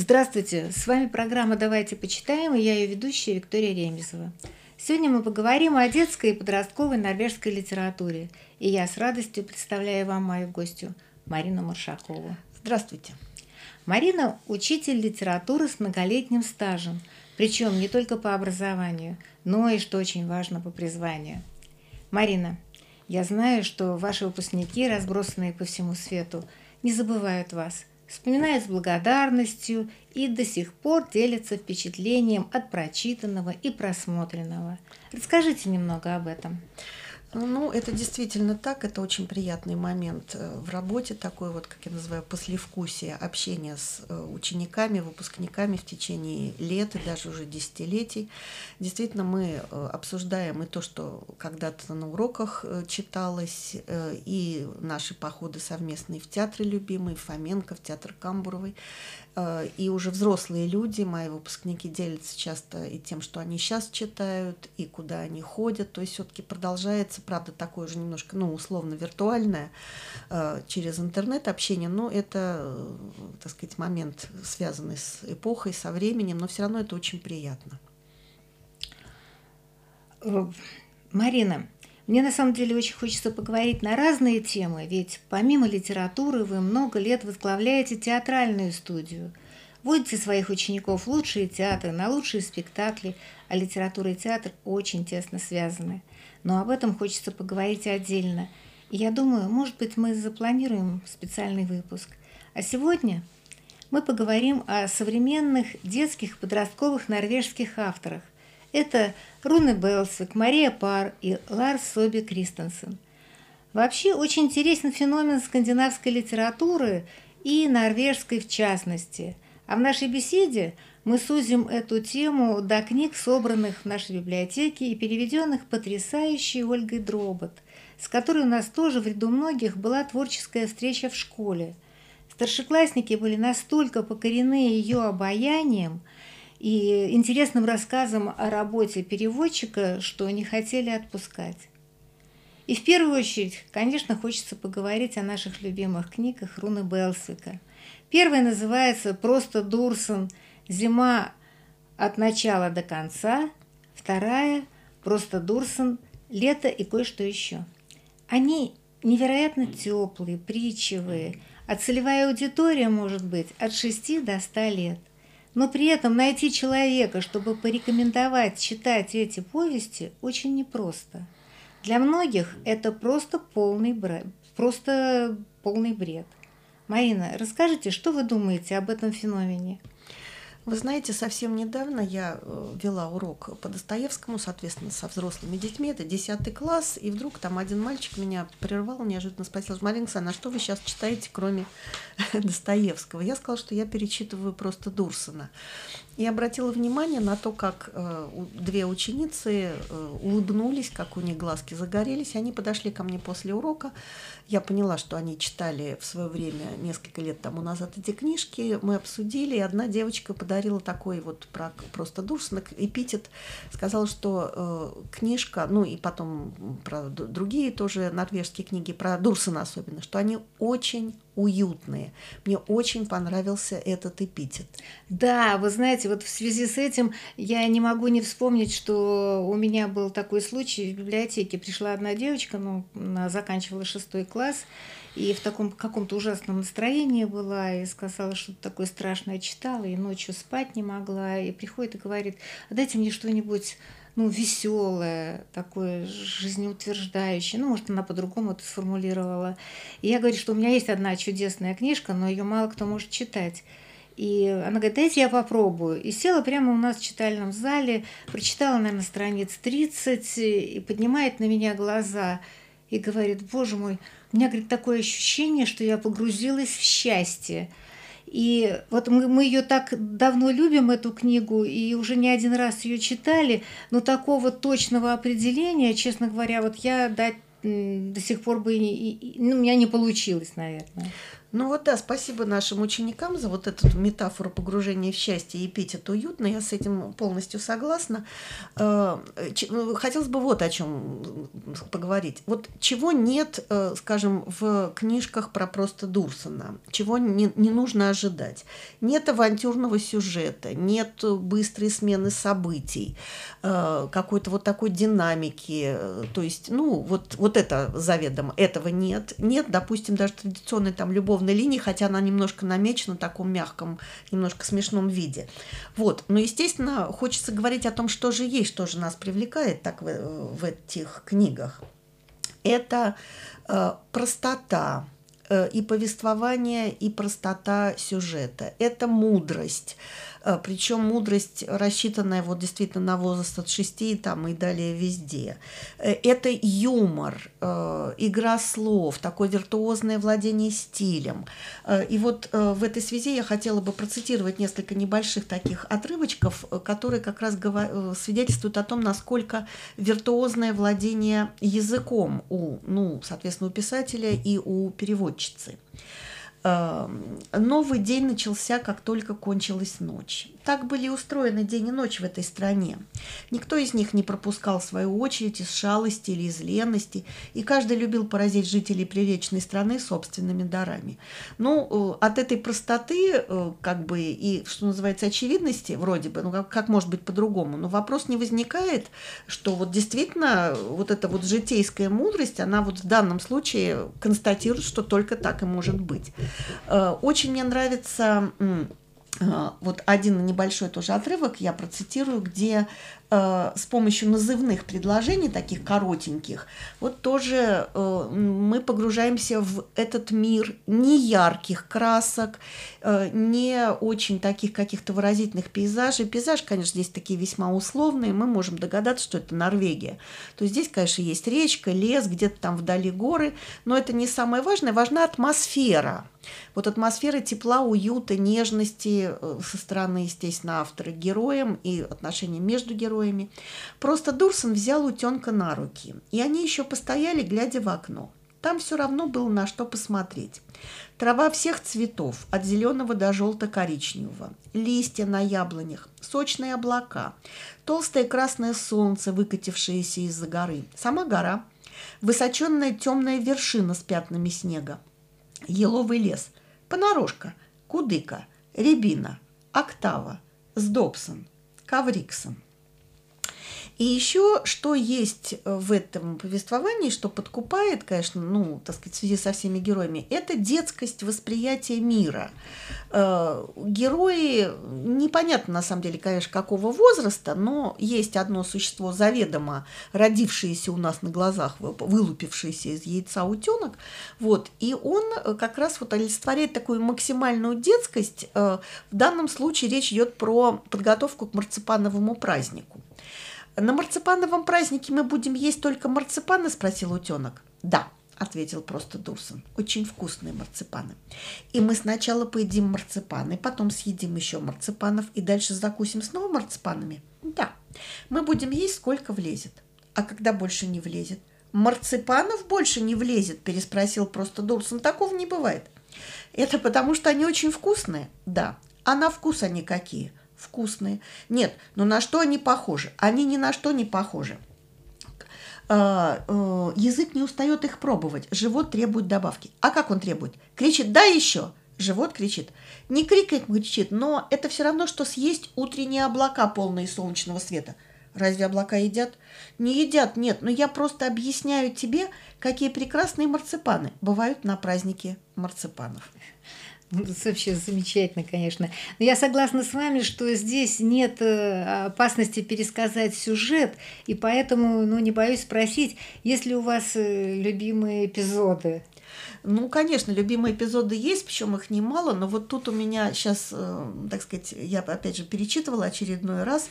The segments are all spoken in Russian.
Здравствуйте, с вами программа «Давайте почитаем» и я ее ведущая Виктория Ремезова. Сегодня мы поговорим о детской и подростковой норвежской литературе, и я с радостью представляю вам мою гостью Марину Маршакову. Здравствуйте. Марина – учитель литературы с многолетним стажем, причем не только по образованию, но и, что очень важно, по призванию. Марина, я знаю, что ваши выпускники, разбросанные по всему свету, не забывают вас, вспоминают с благодарностью и до сих пор делятся впечатлением от прочитанного и просмотренного. Расскажите немного об этом. Ну, это действительно так, это очень приятный момент в работе, такой вот, как я называю, послевкусие, общение с учениками, выпускниками в течение лет и даже уже десятилетий. Действительно, мы обсуждаем и то, что когда-то на уроках читалось, и наши походы совместные в театры любимые, в Фоменко, в театр Камбуровой. И уже взрослые люди, мои выпускники, делятся часто и тем, что они сейчас читают, и куда они ходят. То есть все-таки продолжается, правда, такое же немножко, условно виртуальное, через интернет общение, но это, так сказать, момент, связанный с эпохой, со временем, но все равно это очень приятно. Марина, мне на самом деле очень хочется поговорить на разные темы, ведь помимо литературы вы много лет возглавляете театральную студию, водите своих учеников в лучшие театры, на лучшие спектакли, а литература и театр очень тесно связаны. Но об этом хочется поговорить отдельно. И я думаю, может быть, мы запланируем специальный выпуск. А сегодня мы поговорим о современных детских и подростковых норвежских авторах. Это Руне Белсвик, Мария Пар и Ларс Соби Кристенсен. Вообще очень интересен феномен скандинавской литературы и норвежской в частности. А в нашей беседе мы сузим эту тему до книг, собранных в нашей библиотеке и переведенных потрясающей Ольгой Дробот, с которой у нас тоже в ряду многих была творческая встреча в школе. Старшеклассники были настолько покорены ее обаянием и интересным рассказом о работе переводчика, что не хотели отпускать. И в первую очередь, конечно, хочется поговорить о наших любимых книгах Руне Белсвика. Первая называется «Просто Дурсон. Зима от начала до конца». Вторая «Просто Дурсон. Лето и кое-что еще». Они невероятно теплые, притчевые, а целевая аудитория может быть от 6 до 100 лет. Но при этом найти человека, чтобы порекомендовать читать эти повести, очень непросто. Для многих это просто полный бред. Марина, расскажите, что вы думаете об этом феномене? Вы знаете, совсем недавно я вела урок по Достоевскому, соответственно, со взрослыми детьми, это 10 класс, и вдруг там один мальчик меня прервал, неожиданно спросил: Марина Александровна, а что вы сейчас читаете, кроме Достоевского? Я сказала, что я перечитываю просто Дурсона. И обратила внимание на то, как две ученицы улыбнулись, как у них глазки загорелись. Они подошли ко мне после урока. Я поняла, что они читали в свое время, несколько лет тому назад, эти книжки. Мы обсудили, и одна девочка подарила такой вот просто Дурсона эпитет. Сказала, что книжка, и потом про другие тоже норвежские книги, про Дурсона особенно, что они очень уютные. Мне очень понравился этот эпитет. Да, вы знаете, вот в связи с этим я не могу не вспомнить, что у меня был такой случай в библиотеке. Пришла одна девочка, она заканчивала 6 класс, и в таком каком-то ужасном настроении была, и сказала, что такое страшное читала, и ночью спать не могла, и приходит и говорит: дайте мне что-нибудь веселое, такое жизнеутверждающее. Может, она по-другому это сформулировала. И я говорю, что у меня есть одна чудесная книжка, но ее мало кто может читать. И она говорит: дайте я попробую. И села прямо у нас в читальном зале, прочитала, наверное, страниц 30, и поднимает на меня глаза и говорит: боже мой, у меня, говорит, такое ощущение, что я погрузилась в счастье. И вот мы ее так давно любим, эту книгу, и уже не один раз ее читали, но такого точного определения, честно говоря, вот я дать до сих пор бы у меня не получилось, наверное. Ну вот да, спасибо нашим ученикам за вот эту метафору погружения в счастье и эпитет уютно. Я с этим полностью согласна. Хотелось бы вот о чем поговорить. Вот чего нет, скажем, в книжках про просто Дурсона, чего не нужно ожидать. Нет авантюрного сюжета, нет быстрой смены событий, какой-то вот такой динамики. То есть, ну, вот это заведомо, этого нет. Нет, допустим, даже традиционной там любовной линии, хотя она немножко намечена в таком мягком, немножко смешном виде. Вот. Но, естественно, хочется говорить о том, что же есть, что же нас привлекает так в этих книгах. Это простота и повествование, и простота сюжета. Это мудрость. Причем мудрость, рассчитанная вот действительно на возраст от 6 там, и далее везде. Это юмор, игра слов, такое виртуозное владение стилем. И вот в этой связи я хотела бы процитировать несколько небольших таких отрывочков, которые как раз свидетельствуют о том, насколько виртуозное владение языком соответственно, у писателя и у переводчицы. Новый день начался, как только кончилась ночь. Так были устроены день и ночь в этой стране. Никто из них не пропускал свою очередь из шалости или из ленности, и каждый любил поразить жителей приречной страны собственными дарами. Ну, от этой простоты, как бы, и, что называется, очевидности, вроде бы, ну, как может быть по-другому, но вопрос не возникает, что вот действительно вот эта вот житейская мудрость, она вот в данном случае констатирует, что только так и может быть. Очень мне нравится вот один небольшой тоже отрывок, я процитирую, где с помощью назывных предложений, таких коротеньких, вот тоже мы погружаемся в этот мир неярких красок, не очень таких каких-то выразительных пейзажей. Пейзаж, конечно, здесь такие весьма условные, мы можем догадаться, что это Норвегия. То есть здесь, конечно, есть речка, лес, где-то там вдали горы, но это не самое важное, важна атмосфера. Вот атмосфера тепла, уюта, нежности со стороны, естественно, автора к героям и отношения между героями. Просто Дурсон взял утенка на руки, и они еще постояли, глядя в окно. Там все равно было на что посмотреть. Трава всех цветов, от зеленого до желто-коричневого, листья на яблонях, сочные облака, толстое красное солнце, выкатившееся из-за горы, сама гора, высоченная темная вершина с пятнами снега, еловый лес, понарошка, кудыка, рябина, октава, сдобсон, кавриксон. И еще, что есть в этом повествовании, что подкупает, конечно, так сказать, в связи со всеми героями, это детскость восприятия мира. Герои, непонятно на самом деле, конечно, какого возраста, но есть одно существо, заведомо родившееся у нас на глазах, вылупившееся из яйца утенок, вот, и он как раз вот олицетворяет такую максимальную детскость. В данном случае речь идет про подготовку к марципановому празднику. «На марципановом празднике мы будем есть только марципаны?» – спросил утенок. «Да», – ответил просто Дурсон, – «очень вкусные марципаны. И мы сначала поедим марципаны, потом съедим еще марципанов и дальше закусим снова марципанами?» «Да, мы будем есть сколько влезет». «А когда больше не влезет?» «Марципанов больше не влезет?» – переспросил просто Дурсон. «Такого не бывает». «Это потому, что они очень вкусные?» «Да». «А на вкус они какие?» «Вкусные». «Нет, но на что они похожи?» «Они ни на что не похожи». Язык не устает их пробовать, живот требует добавки. А как он требует? Кричит: «Да еще!» Живот кричит. Не крикает, кричит, но это все равно, что съесть утренние облака, полные солнечного света. Разве облака едят? Не едят, нет, но я просто объясняю тебе, какие прекрасные марципаны бывают на празднике марципанов. Это вообще замечательно, конечно. Но я согласна с вами, что здесь нет опасности пересказать сюжет, и поэтому, не боюсь спросить, есть ли у вас любимые эпизоды? Ну, конечно, любимые эпизоды есть, причем их немало, но вот тут у меня сейчас, так сказать, я опять же перечитывала очередной раз,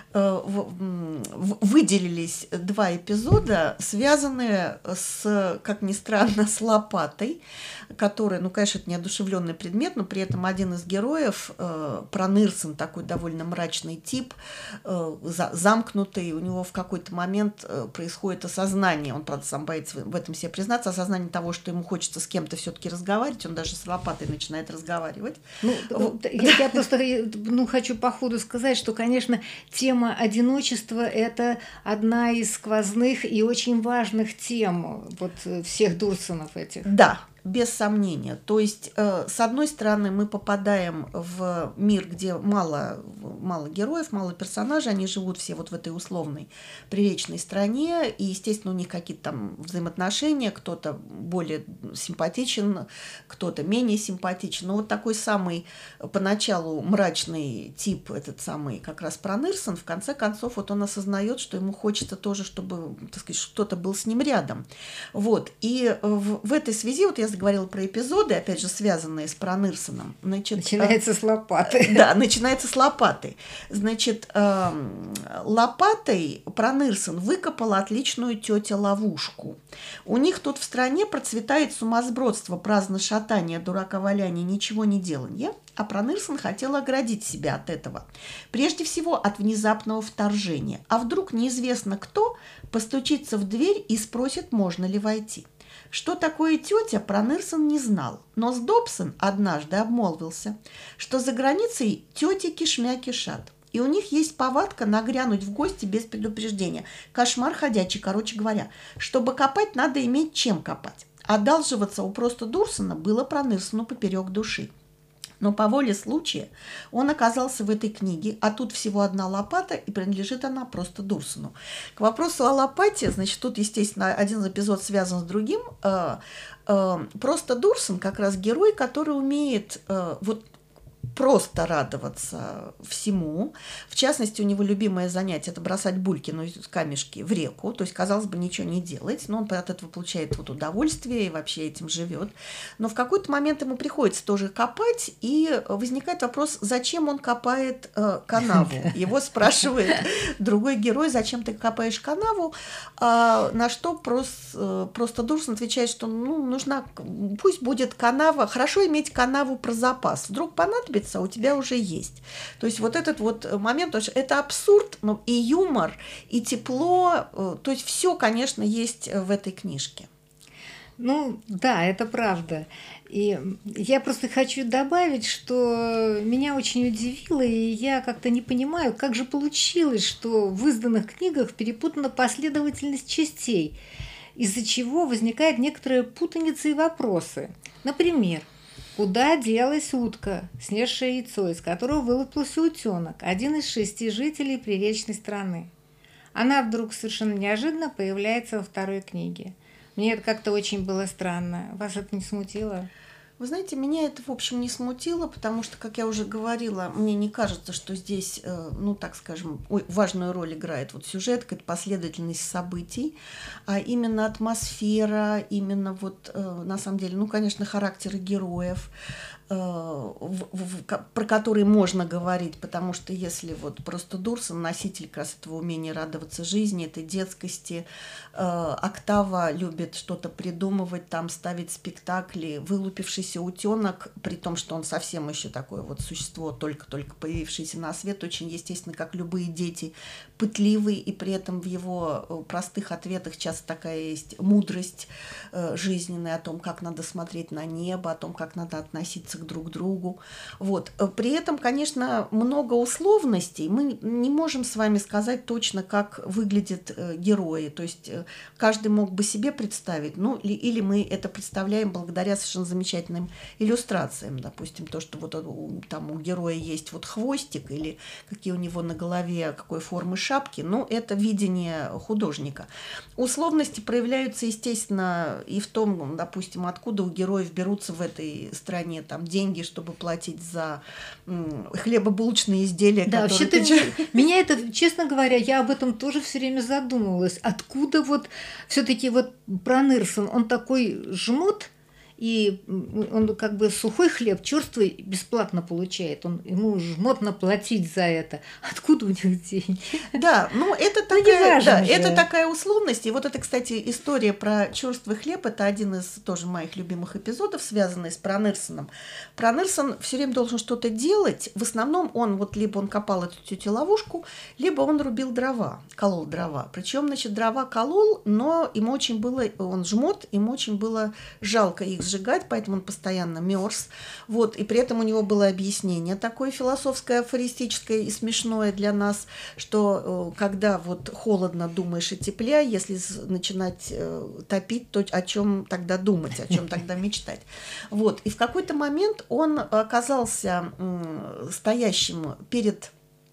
выделились два эпизода, связанные с, как ни странно, с лопатой, которая, конечно, это неодушевленный предмет, но при этом один из героев, Пронырсон, такой довольно мрачный тип, замкнутый, у него в какой-то момент происходит осознание, он, правда, сам боится в этом себе признаться, осознание того, что ему хочется с кем-то все-таки разговаривать, он даже с лопатой начинает разговаривать. Я просто хочу по ходу сказать, что, конечно, тема одиночества – это одна из сквозных и очень важных тем вот всех Дурсонов этих. Да. Без сомнения. То есть, с одной стороны, мы попадаем в мир, где мало героев, мало персонажей, они живут все вот в этой условной приречной стране, и, естественно, у них какие-то там взаимоотношения, кто-то более симпатичен, кто-то менее симпатичен. Но вот такой самый поначалу мрачный тип, этот самый как раз Пронырсон, в конце концов, вот он осознает, что ему хочется тоже, чтобы, так сказать, кто-то был с ним рядом. Вот. И в этой связи, вот я заговорила про эпизоды, опять же, связанные с Пронырсоном. Начинается с лопаты. Да, начинается с лопаты. Значит, лопатой Пронырсон выкопала отличную тетя ловушку. У них тут в стране процветает сумасбродство, праздношатание, дураковаляние, ничего не деланье, а Пронырсон хотела оградить себя от этого. Прежде всего, от внезапного вторжения. А вдруг неизвестно кто постучится в дверь и спросит, можно ли войти. Что такое тетя, Пронырсон не знал, но с Добсон однажды обмолвился, что за границей тети кишмя кишат, и у них есть повадка нагрянуть в гости без предупреждения. Кошмар ходячий, короче говоря. Чтобы копать, надо иметь чем копать. Одалживаться у просто Дурсона было Пронырсону поперек души. Но по воле случая он оказался в этой книге, а тут всего одна лопата, и принадлежит она просто Дурсону. К вопросу о лопате, значит, тут, естественно, один эпизод связан с другим. Просто Дурсон как раз герой, который умеет вот просто радоваться всему. В частности, у него любимое занятие – это бросать бульки, ну, камешки в реку. То есть, казалось бы, ничего не делать, но он от этого получает вот удовольствие и вообще этим живет. Но в какой-то момент ему приходится тоже копать, и возникает вопрос, зачем он копает канаву. Его спрашивает другой герой, зачем ты копаешь канаву, на что просто Дурсон отвечает, что нужна, пусть будет канава, хорошо иметь канаву про запас. Вдруг понадобится, у тебя уже есть. То есть вот этот вот момент, это абсурд, но и юмор, и тепло, то есть все, конечно, есть в этой книжке. Ну, да, это правда. И я просто хочу добавить, что меня очень удивило, и я как-то не понимаю, как же получилось, что в изданных книгах перепутана последовательность частей, из-за чего возникает некоторая путаница и вопросы. Например, куда делась утка, снесшая яйцо, из которого вылупился утенок, один из 6 жителей приречной страны? Она вдруг совершенно неожиданно появляется во второй книге. Мне это как-то очень было странно. Вас это не смутило? Вы знаете, меня это, в общем, не смутило, потому что, как я уже говорила, мне не кажется, что здесь, так скажем, важную роль играет вот сюжет, какая-то последовательность событий, а именно атмосфера, именно вот, на самом деле, конечно, характеры героев, про которые можно говорить, потому что если вот просто Дурсон, носитель как раз этого умения радоваться жизни, этой детскости, Октава любит что-то придумывать, там ставить спектакли, вылупившийся утенок, при том, что он совсем еще такое вот существо, только-только появившееся на свет, очень естественно, как любые дети, пытливый, и при этом в его простых ответах часто такая есть мудрость жизненная о том, как надо смотреть на небо, о том, как надо относиться друг к другу. Вот. При этом, конечно, много условностей. Мы не можем с вами сказать точно, как выглядят герои. То есть каждый мог бы себе представить, или мы это представляем благодаря совершенно замечательным иллюстрациям. Допустим, то, что вот там у героя есть вот хвостик, или какие у него на голове, какой формы шапки, это видение художника. Условности проявляются, естественно, и в том, допустим, откуда у героев берутся в этой стране там деньги, чтобы платить за хлебобулочные изделия. Да, вообще-то меня это, честно говоря, я об этом тоже все время задумывалась. Откуда вот все-таки вот Пронырсон, он такой жмот, и он как бы сухой хлеб, черствый, бесплатно получает. Ему жмотно платить за это. Откуда у них деньги? Да, ну это такая условность. И вот это, кстати, история про черствый хлеб, это один из тоже моих любимых эпизодов, связанный с Пронырсоном. Пронырсон все время должен что-то делать. В основном он вот либо он копал эту тетю-ловушку, либо он рубил дрова, колол дрова. Причем, значит, дрова колол, но ему очень было, он жмот, ему очень было жалко их сжигать, поэтому он постоянно мерз. Вот, и при этом у него было объяснение такое философское, афористическое и смешное для нас, что когда вот холодно, думаешь о тепле, если начинать топить, то о чем тогда думать, о чем тогда мечтать. Вот, и в какой-то момент он оказался стоящим перед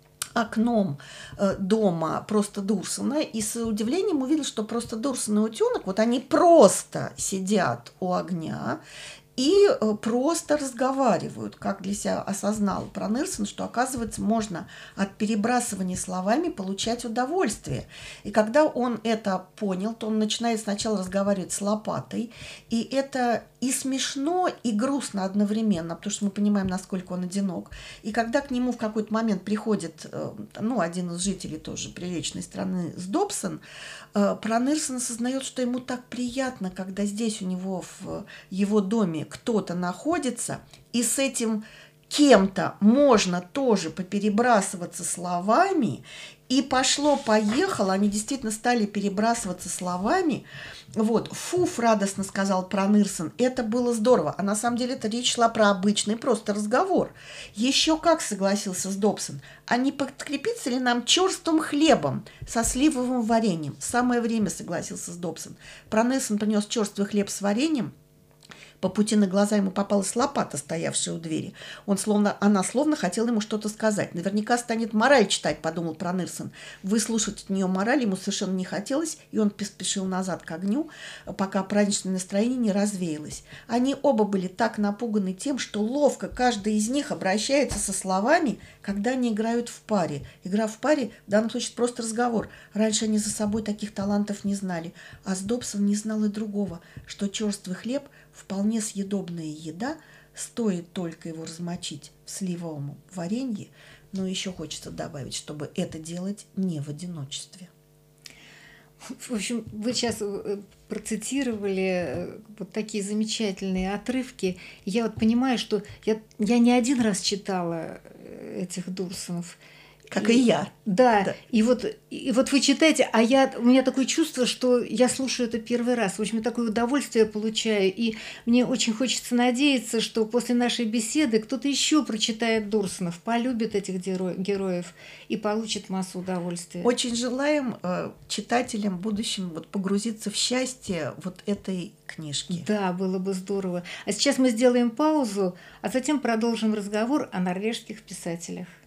окном дома Просто Дурсона и с удивлением увидел, что Просто Дурсон и утенок, вот они просто сидят у огня и просто разговаривают, как для себя осознал Пронырсон, что, оказывается, можно от перебрасывания словами получать удовольствие. И когда он это понял, то он начинает сначала разговаривать с лопатой, и это и смешно, и грустно одновременно, потому что мы понимаем, насколько он одинок. И когда к нему в какой-то момент приходит, один из жителей тоже приречной страны, с Добсон, Пронырсон осознает, что ему так приятно, когда здесь у него в его доме кто-то находится, и с этим кем-то можно тоже поперебрасываться словами, и пошло-поехало, они действительно стали перебрасываться словами. Вот, фуф, радостно сказал Пронырсон, это было здорово. А на самом деле это речь шла про обычный просто разговор. Еще как, согласился с Добсон, а не подкрепиться ли нам черствым хлебом со сливовым вареньем? Самое время, согласился с Добсон. Пронырсон принес черствый хлеб с вареньем. По пути на глаза ему попалась лопата, стоявшая у двери. Она словно хотела ему что-то сказать. Наверняка станет мораль читать, подумал Пронырсон. Выслушать от нее мораль ему совершенно не хотелось, и он поспешил назад к огню, пока праздничное настроение не развеялось. Они оба были так напуганы тем, что ловко каждый из них обращается со словами, когда они играют в паре. Игра в паре, в данном случае, просто разговор. Раньше они за собой таких талантов не знали. А Добсон не знал и другого, что черствый хлеб – вполне съедобная еда, стоит только его размочить в сливовом варенье, но еще хочется добавить, чтобы это делать не в одиночестве. В общем, вы сейчас процитировали вот такие замечательные отрывки. Я вот понимаю, что я не один раз читала этих Дурсонов. Как и я. Да. И вот вы читаете, а у меня такое чувство, что я слушаю это первый раз. В общем, я такое удовольствие получаю. И мне очень хочется надеяться, что после нашей беседы кто-то еще прочитает Дурсонов, полюбит этих героев и получит массу удовольствия. Очень желаем читателям будущим погрузиться в счастье вот этой книжки. Да, было бы здорово. А сейчас мы сделаем паузу, а затем продолжим разговор о норвежских писателях.